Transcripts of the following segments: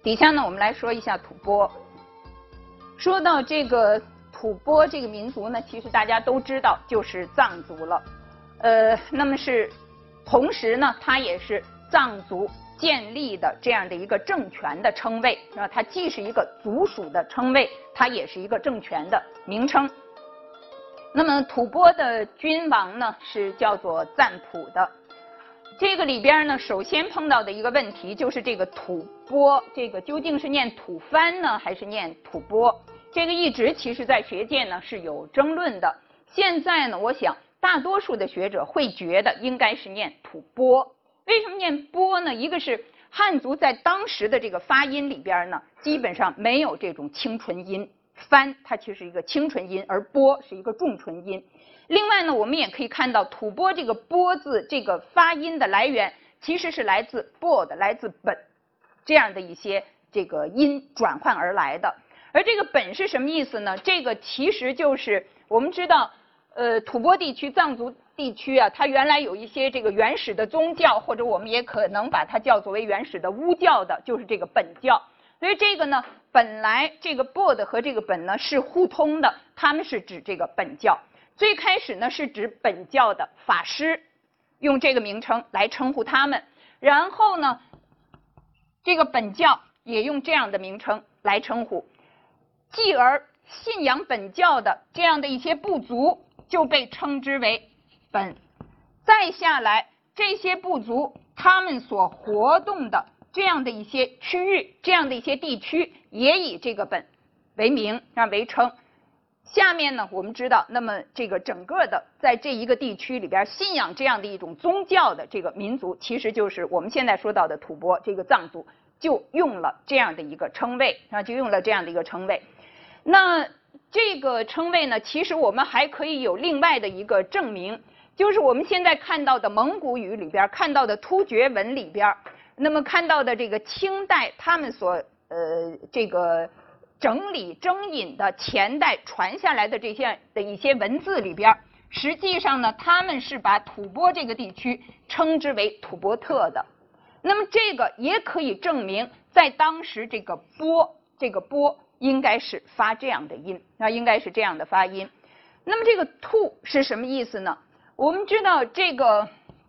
底下呢，我们来说一下吐蕃。说到这个吐蕃这个民族呢，其实大家都知道就是藏族了。那么是同时呢，它也是藏族建立的这样的一个政权的称谓，它既是一个族属的称谓，它也是一个政权的名称。那么吐蕃的君王呢是叫做赞普的。这个里边呢，首先碰到的一个问题就是这个吐蕃，这个究竟是念吐蕃呢，还是念吐蕃？这个一直其实在学界呢是有争论的。现在呢，我想大多数的学者会觉得应该是念吐蕃。为什么念蕃呢？一个是汉族在当时的这个发音里边呢，基本上没有这种清纯音，蕃它其实是一个清纯音，而蕃是一个重纯音。另外呢，我们也可以看到吐蕃这个蕃字这个发音的来源其实是来自薄的，来自本这样的一些这个音转换而来的。而这个本是什么意思呢？这个其实就是我们知道，吐蕃地区、藏族地区啊，它原来有一些这个原始的宗教，或者我们也可能把它叫作为原始的巫教的，就是这个本教。所以这个呢，本来这个薄的和这个本呢是互通的，他们是指这个本教。最开始呢是指本教的法师，用这个名称来称呼他们。然后呢，这个本教也用这样的名称来称呼。继而信仰本教的这样的一些部族就被称之为本。再下来，这些部族他们所活动的这样的一些区域、这样的一些地区，也以这个本为名为称。下面呢，我们知道，那么这个整个的在这一个地区里边信仰这样的一种宗教的这个民族，其实就是我们现在说到的吐蕃这个藏族，就用了这样的一个称谓就用了这样的一个称谓。那这个称谓呢，其实我们还可以有另外的一个证明，就是我们现在看到的蒙古语里边，看到的突厥文里边，那么看到的这个清代他们所这个整理征引的前代传下来的这些的一些文字里边，实际上呢，他们是把吐蕃这个地区称之为吐蕃特的。那么这个也可以证明，在当时这个钵应该是发这样的音，应该是这样的发音。那么这个吐是什么意思呢？我们知道这个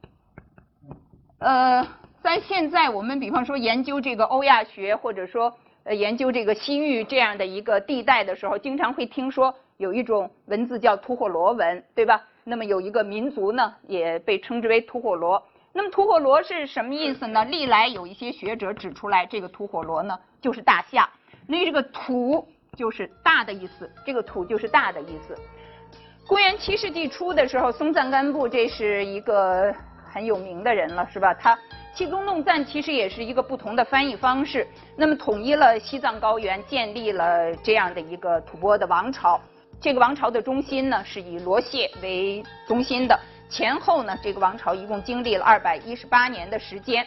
在现在我们比方说研究这个欧亚学，或者说研究这个西域这样的一个地带的时候，经常会听说有一种文字叫吐火罗文，对吧？那么有一个民族呢，也被称之为吐火罗。那么吐火罗是什么意思呢？历来有一些学者指出来，这个吐火罗呢就是大夏。那这个吐就是大的意思，这个吐就是大的意思。公元7世纪初的时候，松赞干布这是一个很有名的人了，是吧？他气宗弄赞其实也是一个不同的翻译方式，那么统一了西藏高原，建立了这样的一个吐蕃的王朝。这个王朝的中心呢是以罗谢为中心的，前后呢这个王朝一共经历了218年的时间。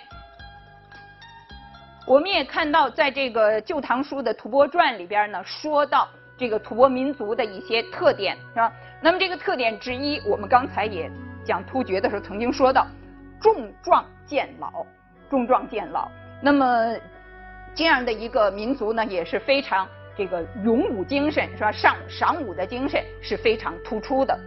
我们也看到，在这个《旧唐书》的《吐蕃传》里边呢，说到这个吐蕃民族的一些特点，是吧？那么这个特点之一，我们刚才也讲突厥的时候曾经说到，重壮健老，重壮健老。那么这样的一个民族呢，也是非常这个勇武精神，是吧？尚武的精神是非常突出的。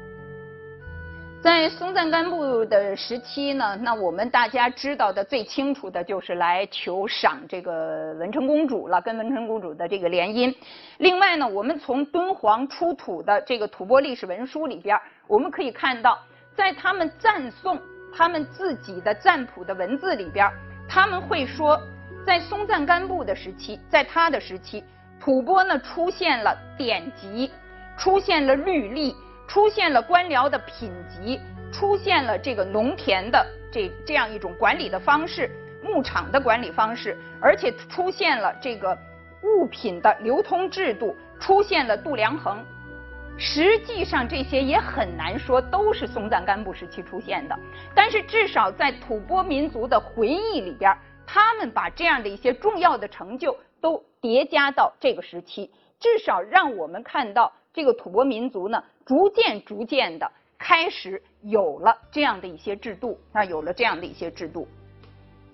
在松赞干布的时期呢，那我们大家知道的最清楚的就是来求赏这个文成公主了，跟文成公主的这个联姻。另外呢，我们从敦煌出土的这个吐蕃历史文书里边，我们可以看到，在他们赞颂他们自己的赞普的文字里边，他们会说，在松赞干布的时期，在他的时期，吐蕃呢出现了典籍，出现了律例，出现了官僚的品级，出现了这个农田的这样一种管理的方式，牧场的管理方式，而且出现了这个物品的流通制度，出现了度量衡。实际上这些也很难说都是松赞干布时期出现的，但是至少在吐蕃民族的回忆里边，他们把这样的一些重要的成就都叠加到这个时期，至少让我们看到这个吐蕃民族呢，逐渐的开始有了这样的一些制度，有了这样的一些制度。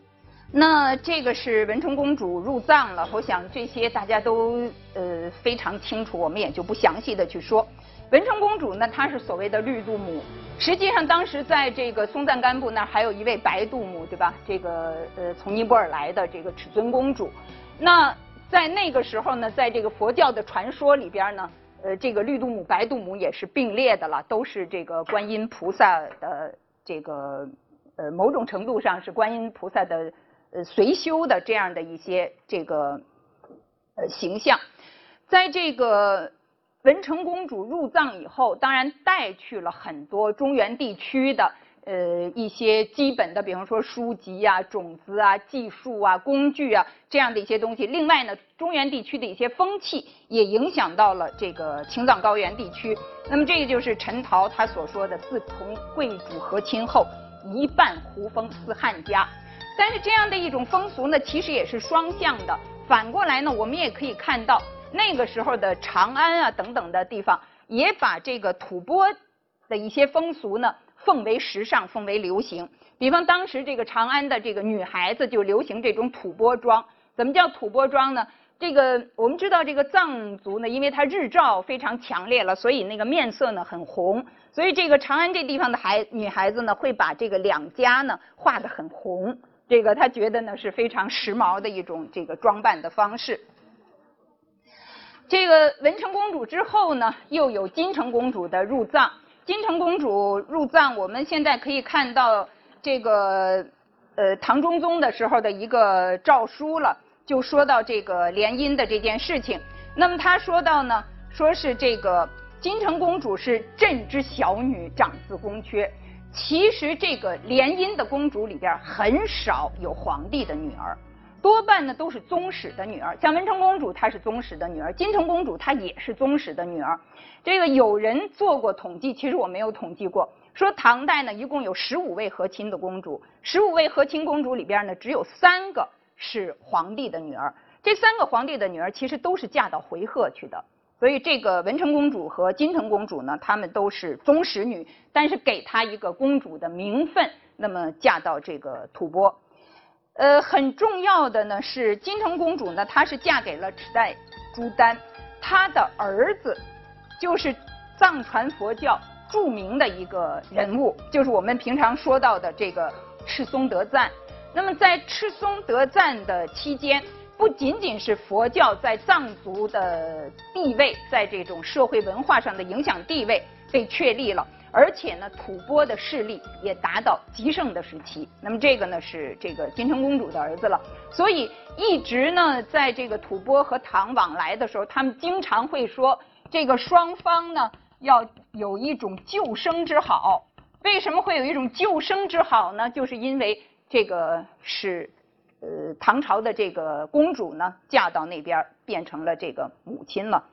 那这个是文成公主入藏了，我想这些大家都非常清楚，我们也就不详细的去说。文成公主呢，她是所谓的绿度母，实际上当时在这个松赞干布那儿还有一位白度母，对吧？这个从尼泊尔来的这个尺尊公主。那在那个时候呢，在这个佛教的传说里边呢，这个绿度母、白度母也是并列的了，都是这个观音菩萨的这个某种程度上是观音菩萨的随修的这样的一些这个形象。在这个文成公主入藏以后，当然带去了很多中原地区的一些基本的，比方说书籍啊、种子啊、技术啊、工具啊这样的一些东西。另外呢，中原地区的一些风气也影响到了这个青藏高原地区。那么这个就是陈陶他所说的“自从贵主和亲后，一半胡风似汉家”。但是这样的一种风俗呢，其实也是双向的。反过来呢，我们也可以看到那个时候的长安啊等等的地方，也把这个吐蕃的一些风俗呢奉为时尚，奉为流行。比方当时这个长安的这个女孩子就流行这种吐蕃妆。怎么叫吐蕃妆呢？这个我们知道，这个藏族呢，因为它日照非常强烈了，所以那个面色呢很红。所以这个长安这地方的女孩子呢，会把这个两颊呢画得很红。这个他觉得呢是非常时髦的一种这个装扮的方式。这个文成公主之后呢，又有金城公主的入藏。金城公主入藏，我们现在可以看到这个唐中宗的时候的一个诏书了，就说到这个联姻的这件事情。那么他说到呢，说是这个金城公主是朕之小女，长自宫阙。其实这个联姻的公主里边很少有皇帝的女儿，多半呢都是宗室的女儿。像文成公主她是宗室的女儿，金城公主她也是宗室的女儿。这个有人做过统计，其实我没有统计过，说唐代呢一共有15位和亲的公主，15位和亲公主里边呢只有3个是皇帝的女儿。这3个皇帝的女儿其实都是嫁到回纥去的。所以这个文成公主和金城公主呢，她们都是宗室女，但是给她一个公主的名分，那么嫁到这个吐蕃。很重要的呢是金城公主呢，她是嫁给了齿代朱丹，她的儿子就是藏传佛教著名的一个人物，就是我们平常说到的这个赤松德赞。那么在赤松德赞的期间，不仅仅是佛教在藏族的地位，在这种社会文化上的影响地位被确立了，而且呢，吐蕃的势力也达到极盛的时期。那么这个呢是这个金城公主的儿子了，所以一直呢在这个吐蕃和唐往来的时候，他们经常会说这个双方呢要有一种救生之好。为什么会有一种救生之好呢？就是因为这个是唐朝的这个公主呢，嫁到那边变成了这个母亲了。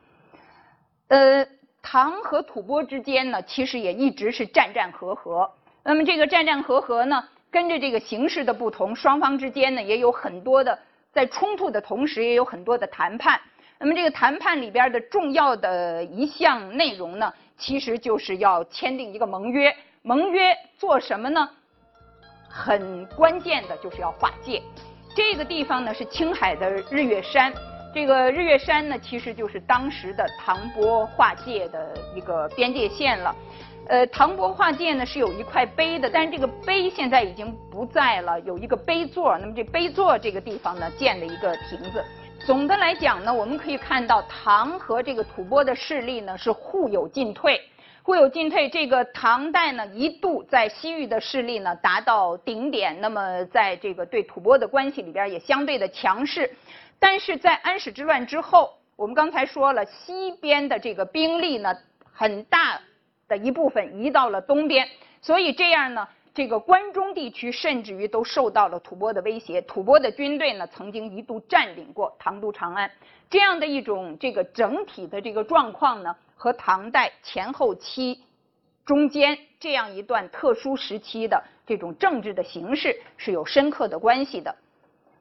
唐和吐蕃之间呢，其实也一直是战战和和。那么这个战战和和呢，跟着这个形势的不同，双方之间呢也有很多的在冲突的同时，也有很多的谈判。那么这个谈判里边的重要的一项内容呢，其实就是要签订一个盟约。盟约做什么呢？很关键的就是要划界。这个地方呢是青海的日月山，这个日月山呢其实就是当时的唐蕃划界的一个边界线了。唐蕃划界呢是有一块碑的，但是这个碑现在已经不在了，有一个碑座。那么这碑座这个地方呢建了一个亭子。总的来讲呢，我们可以看到唐和这个吐蕃的势力呢是互有进退。互有进退，这个唐代呢一度在西域的势力呢达到顶点，那么在这个对吐蕃的关系里边也相对的强势。但是在安史之乱之后，我们刚才说了，西边的这个兵力呢很大的一部分移到了东边，所以这样呢，这个关中地区甚至于都受到了吐蕃的威胁。吐蕃的军队呢曾经一度占领过唐都长安，这样的一种这个整体的这个状况呢，和唐代前后期中间这样一段特殊时期的这种政治的形势是有深刻的关系的。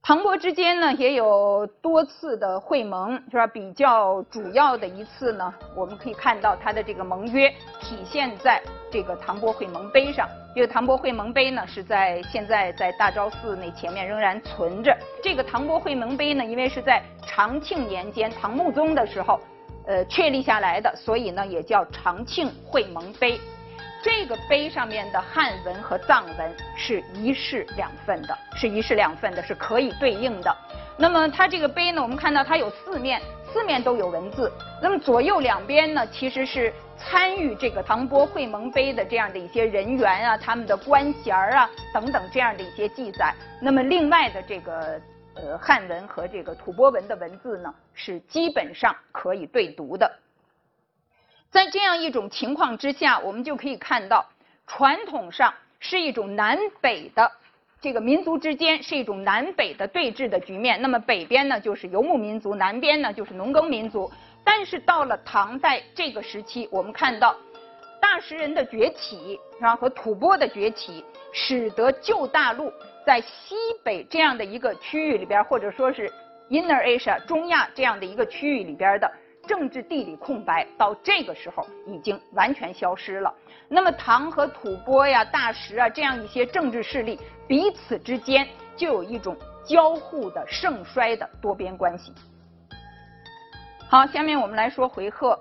唐伯之间呢也有多次的会盟，是吧？比较主要的一次呢，我们可以看到它的这个盟约体现在这个唐伯会盟碑上。这个唐伯会盟碑呢是现在在大昭寺那前面仍然存着。这个唐伯会盟碑呢，因为是在长庆年间唐穆宗的时候，确立下来的，所以呢也叫长庆会盟碑。这个碑上面的汉文和藏文是一式两份的，是可以对应的。那么它这个碑呢，我们看到它有四面都有文字。那么左右两边呢，其实是参与这个唐伯会盟碑的这样的一些人员啊，他们的官衔啊等等这样的一些记载。那么另外的这个汉文和这个吐蕃文的文字呢，是基本上可以对读的。在这样一种情况之下，我们就可以看到，传统上是一种南北的这个民族之间是一种南北的对峙的局面。那么北边呢就是游牧民族，南边呢就是农耕民族。但是到了唐代这个时期，我们看到大食人的崛起和吐蕃的崛起，使得旧大陆在西北这样的一个区域里边，或者说是 Inner Asia 中亚这样的一个区域里边的政治地理空白，到这个时候已经完全消失了。那么唐和吐蕃呀、大食啊这样一些政治势力彼此之间就有一种交互的盛衰的多边关系。好，下面我们来说回纥。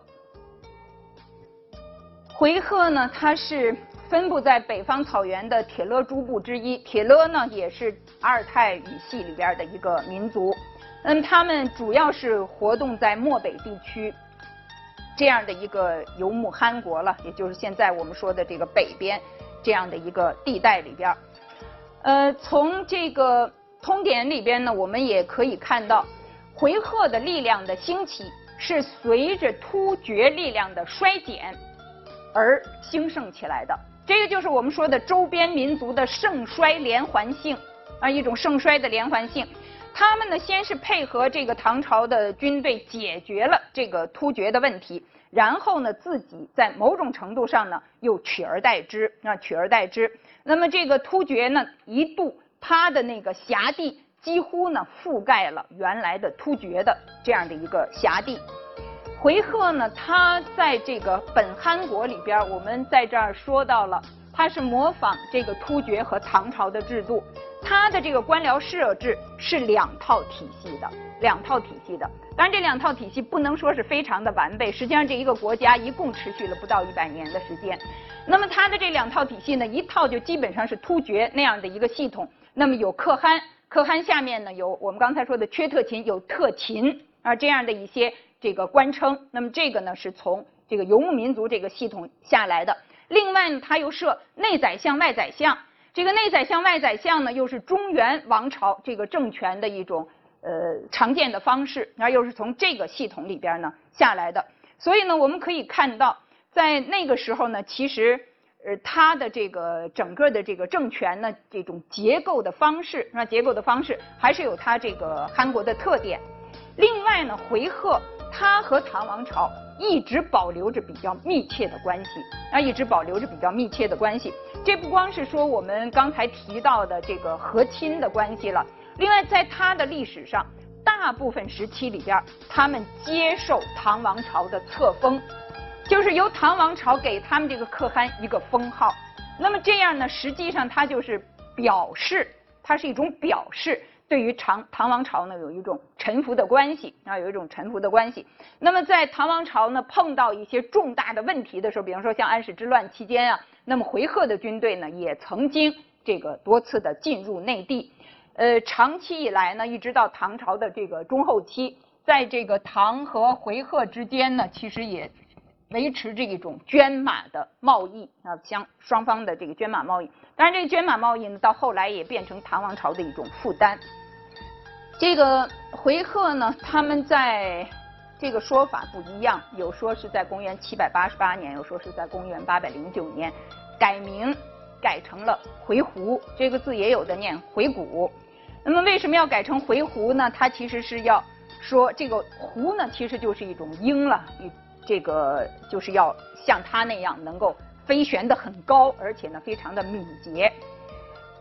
回纥呢，它是分布在北方草原的铁勒诸部之一。铁勒呢，也是阿尔泰语系里边的一个民族。他们主要是活动在漠北地区这样的一个游牧汗国了，也就是现在我们说的这个北边这样的一个地带里边。从这个通典里边呢，我们也可以看到，回纥的力量的兴起是随着突厥力量的衰减而兴盛起来的。这个就是我们说的周边民族的盛衰连环性一种盛衰的连环性。他们呢，先是配合这个唐朝的军队解决了这个突厥的问题，然后呢，自己在某种程度上呢，又取而代之。那么这个突厥呢，一度它的那个辖地几乎呢覆盖了原来的突厥的这样的一个辖地。回纥呢，它在这个本汗国里边，我们在这儿说到了，它是模仿这个突厥和唐朝的制度。它的这个官僚设置是两套体系的。当然，这两套体系不能说是非常的完备。实际上，这一个国家一共持续了不到100年的时间。那么，它的这两套体系呢，一套就基本上是突厥那样的一个系统。那么有可汗，可汗下面呢有我们刚才说的缺特勤，有特勤这样的一些这个官称。那么这个呢是从这个游牧民族这个系统下来的。另外呢，它又设内宰相、外宰相。这个内宰相、外宰相呢，又是中原王朝这个政权的一种常见的方式，又是从这个系统里边呢下来的。所以呢，我们可以看到，在那个时候呢，其实它的这个整个的这个政权呢，这种结构的方式还是有它这个汗国的特点。另外呢，回纥它和唐王朝一直保留着比较密切的关系，这不光是说我们刚才提到的这个和亲的关系了，另外在它的历史上，大部分时期里边，他们接受唐王朝的册封，就是由唐王朝给他们这个可汗一个封号。那么这样呢，实际上它就是表示，它是一种表示。对于唐王朝呢，有一种臣服的关系那么在唐王朝呢碰到一些重大的问题的时候，比方说像安史之乱期间那么回纥的军队呢也曾经这个多次的进入内地。长期以来呢，一直到唐朝的这个中后期，在这个唐和回纥之间呢，其实也维持这一种捐马的贸易双方的这个捐马贸易。当然，这个捐马贸易呢，到后来也变成唐王朝的一种负担。这个回纥呢，他们在这个说法不一样，有说是在公元788年，有说是在公元809年改名，改成了回鹘，这个字也有的念回鹘。那么为什么要改成回鹘呢？它其实是要说这个鹘呢，其实就是一种鹰了，这个就是要像它那样能够飞旋得很高，而且呢非常的敏捷。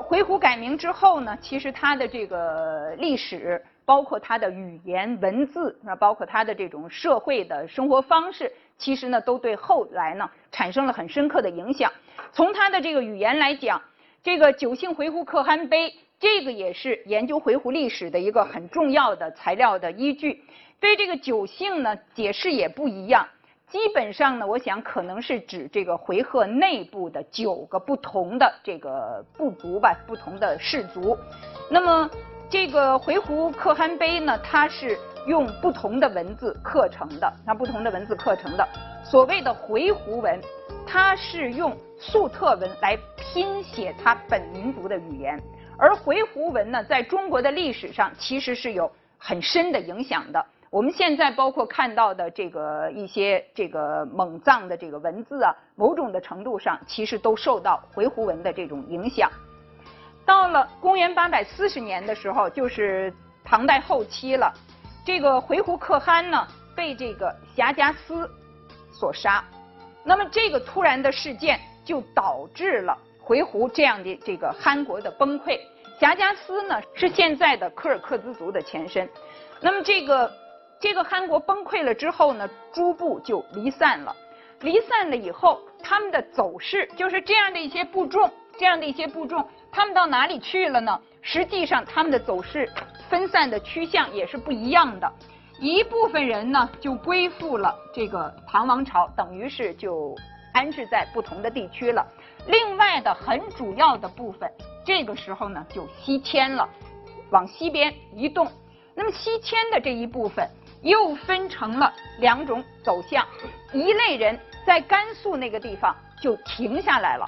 回鹘改名之后呢，其实它的这个历史，包括它的语言文字，包括它的这种社会的生活方式，其实呢都对后来呢产生了很深刻的影响。从它的这个语言来讲，这个九姓回鹘可汗碑，这个也是研究回鹘历史的一个很重要的材料的依据。对这个九姓呢解释也不一样。基本上呢，我想可能是指这个回纥内部的9个不同的这个部族吧，不同的氏族。那么这个回鹘可汗碑呢，它是用不同的文字刻成的，所谓的回鹘文，它是用粟特文来拼写它本民族的语言，而回鹘文呢，在中国的历史上其实是有很深的影响的。我们现在包括看到的这个一些这个蒙藏的这个文字啊，某种的程度上其实都受到回鹘文的这种影响。到了公元840年的时候，就是唐代后期了，这个回鹘可汗呢被这个霞迦思所杀。那么这个突然的事件就导致了回鹘这样的这个汗国的崩溃。霞迦思呢是现在的柯尔克孜族的前身。那么这个汗国崩溃了之后呢，诸部就离散了。离散了以后，他们的走势就是这样的一些部众，他们到哪里去了呢？实际上，他们的走势分散的趋向也是不一样的。一部分人呢就归附了这个唐王朝，等于是就安置在不同的地区了。另外的很主要的部分，这个时候呢就西迁了，往西边移动。那么西迁的这一部分又分成了2种走向，一类人在甘肃那个地方就停下来了，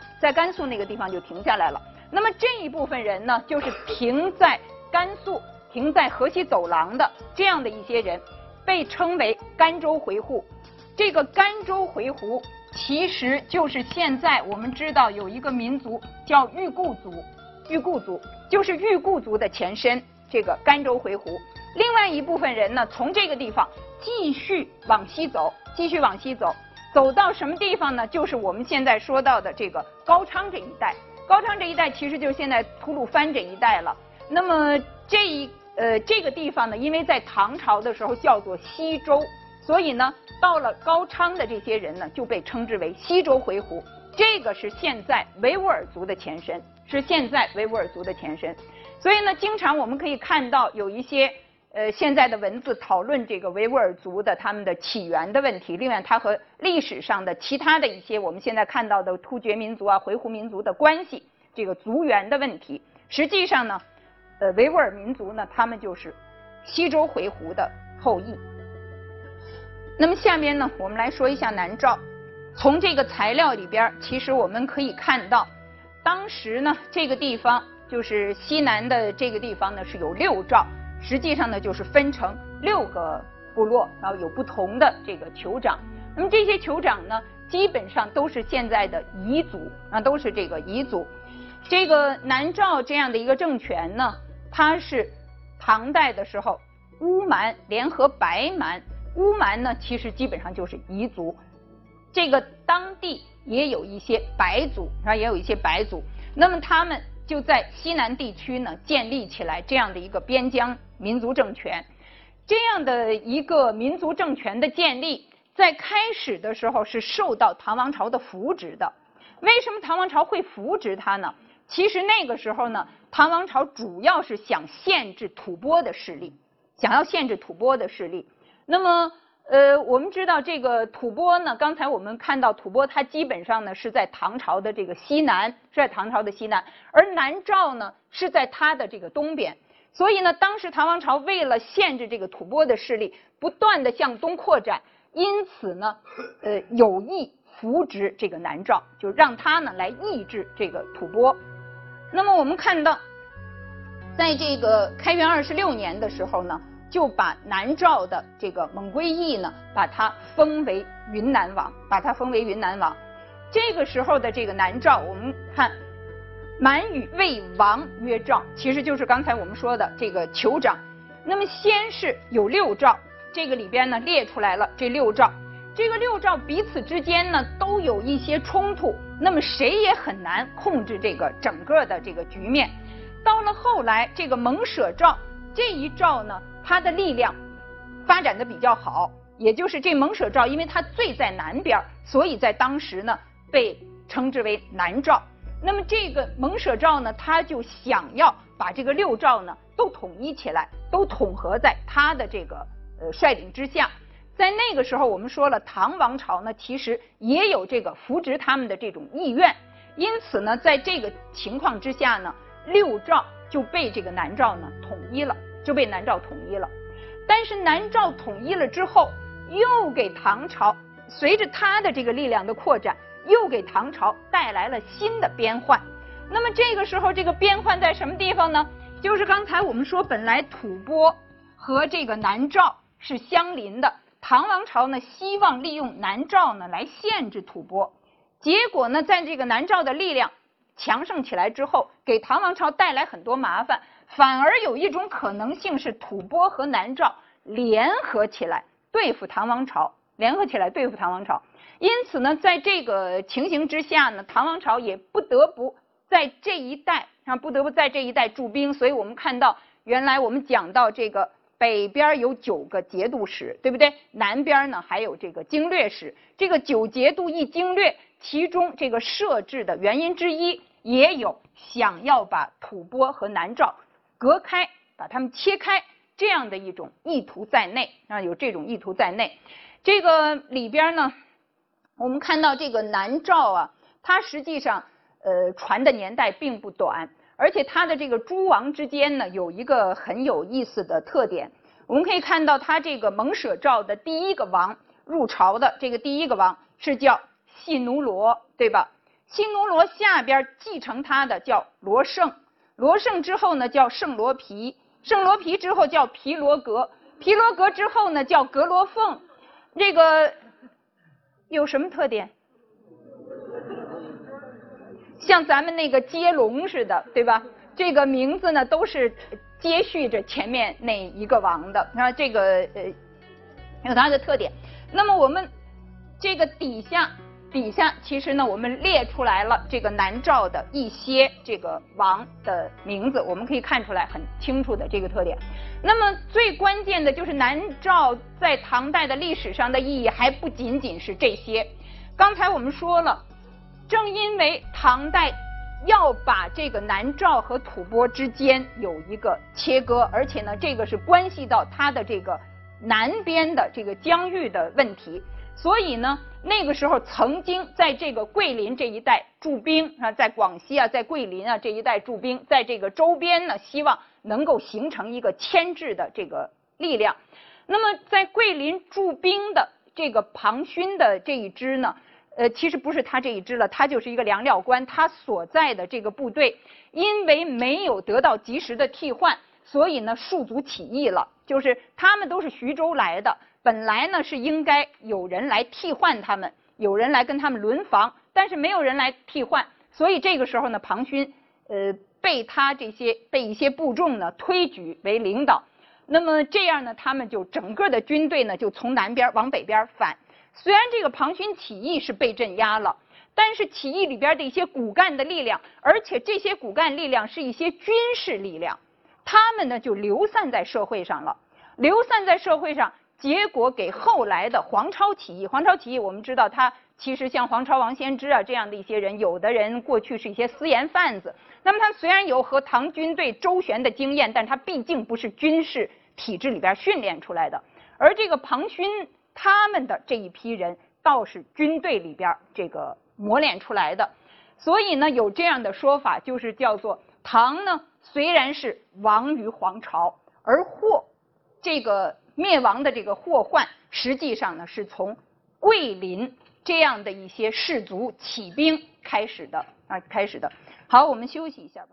那么这一部分人呢，就是停在甘肃、停在河西走廊的这样的一些人，被称为甘州回鹘。这个甘州回鹘其实就是现在我们知道有一个民族叫裕固族，就是裕固族的前身，这个甘州回鹘。另外一部分人呢，从这个地方继续往西走，走到什么地方呢？就是我们现在说到的这个高昌这一带。高昌这一带其实就是现在吐鲁番这一带了。那么这个地方呢，因为在唐朝的时候叫做西周，所以呢，到了高昌的这些人呢，就被称之为西周回鹘。这个是现在维吾尔族的前身，所以呢，经常我们可以看到有一些现在的文字讨论这个维吾尔族的他们的起源的问题，另外它和历史上的其他的一些我们现在看到的突厥民族啊、回鹘民族的关系，这个族源的问题。实际上呢，维吾尔民族呢，他们就是西周回鹘的后裔。那么下面呢，我们来说一下南诏。从这个材料里边，其实我们可以看到，当时呢，这个地方就是西南的这个地方呢是有6诏。实际上呢，就是分成6个部落，然后有不同的这个酋长。那么这些酋长呢，基本上都是现在的彝族，都是这个彝族。这个南诏这样的一个政权呢，它是唐代的时候乌蛮联合白蛮，乌蛮呢其实基本上就是彝族。这个当地也有一些白族，那么他们就在西南地区呢建立起来这样的一个边疆民族政权。这样的一个民族政权的建立，在开始的时候是受到唐王朝的扶植的。为什么唐王朝会扶植它呢？其实那个时候呢，唐王朝主要是想限制吐蕃的势力，那么我们知道这个吐蕃呢，刚才我们看到吐蕃它基本上呢是在唐朝的这个西南，而南诏呢是在它的这个东边。所以呢，当时唐王朝为了限制这个吐蕃的势力，不断的向东扩展，因此呢，有意扶植这个南诏，就让它呢来抑制这个吐蕃。那么我们看到，在这个开元26年的时候呢，就把南诏的这个蒙圭义呢，把它封为云南王，这个时候的这个南诏，我们看满语为王曰诏，其实就是刚才我们说的这个酋长。那么先是有6诏，这个里边呢列出来了这6诏。 这个六赵彼此之间呢都有一些冲突，那么谁也很难控制这个整个的这个局面。到了后来，这个蒙舍赵这一赵呢，它的力量发展的比较好，也就是这蒙舍赵，因为它最在南边，所以在当时呢被称之为南赵。那么这个蒙舍赵呢，他就想要把这个六赵呢都统一起来，都统合在他的这个率领之下。在那个时候，我们说了，唐王朝呢其实也有这个扶植他们的这种意愿，因此呢，在这个情况之下呢，六赵就被这个南赵呢统一了，就被南赵统一了。但是南赵统一了之后，又给唐朝随着他的这个力量的扩展，又给唐朝带来了新的边患。那么这个时候，这个边患在什么地方呢？就是刚才我们说，本来吐蕃和这个南赵是相邻的，唐王朝呢希望利用南赵呢来限制吐蕃，结果呢，在这个南赵的力量强盛起来之后，给唐王朝带来很多麻烦，反而有一种可能性是吐蕃和南赵联合起来对付唐王朝，因此呢，在这个情形之下呢，唐王朝也不得不在这一带驻兵。所以我们看到，原来我们讲到这个北边有9个节度使，对不对？南边呢还有这个经略使。这个9节度1经略，其中这个设置的原因之一，也有想要把吐蕃和南赵隔开，把他们切开这样的一种意图在内啊，有这种意图在内。这个里边呢，我们看到这个南赵啊，它实际上传的年代并不短，而且它的这个诸王之间呢有一个很有意思的特点。我们可以看到，它这个蒙舍赵的第一个王入朝的这个第一个王是叫细奴罗，对吧？细奴罗下边继承他的叫罗胜，罗胜之后呢叫胜罗皮，胜罗皮之后叫皮罗格，皮罗格之后呢叫格罗凤。这个有什么特点？像咱们那个接龙似的，对吧？这个名字呢都是接续着前面那一个王的，那这个有它的特点。那么我们这个底下其实呢，我们列出来了这个南赵的一些这个王的名字，我们可以看出来很清楚的这个特点。那么最关键的就是南赵在唐代的历史上的意义还不仅仅是这些。刚才我们说了，正因为唐代要把这个南赵和吐蕃之间有一个切割，而且呢，这个是关系到它的这个南边的这个疆域的问题，所以呢，那个时候曾经在这个桂林这一带驻兵啊，在广西啊，在桂林啊这一带驻兵，在这个周边呢，希望能够形成一个牵制的这个力量。那么在桂林驻兵的这个庞勋的这一支呢，其实不是他这一支了，他就是一个粮料官，他所在的这个部队因为没有得到及时的替换，所以呢戍卒起义了。就是他们都是徐州来的，本来呢是应该有人来替换他们，有人来跟他们轮防，但是没有人来替换，所以这个时候呢，庞勋被一些部众呢推举为领导。那么这样呢，他们就整个的军队呢就从南边往北边反。虽然这个庞勋起义是被镇压了，但是起义里边的一些骨干的力量，而且这些骨干力量是一些军事力量，他们呢就流散在社会上了。流散在社会上，结果给后来的黄巢起义。黄巢起义我们知道，他其实像黄巢王先知啊这样的一些人，有的人过去是一些私盐贩子，那么他虽然有和唐军队周旋的经验，但他毕竟不是军事体制里边训练出来的。而这个庞勋他们的这一批人倒是军队里边这个磨练出来的，所以呢有这样的说法，就是叫做唐呢虽然是亡于黄巢，而这个灭亡的这个祸患，实际上呢是从桂林这样的一些士族起兵开始的。好，我们休息一下吧。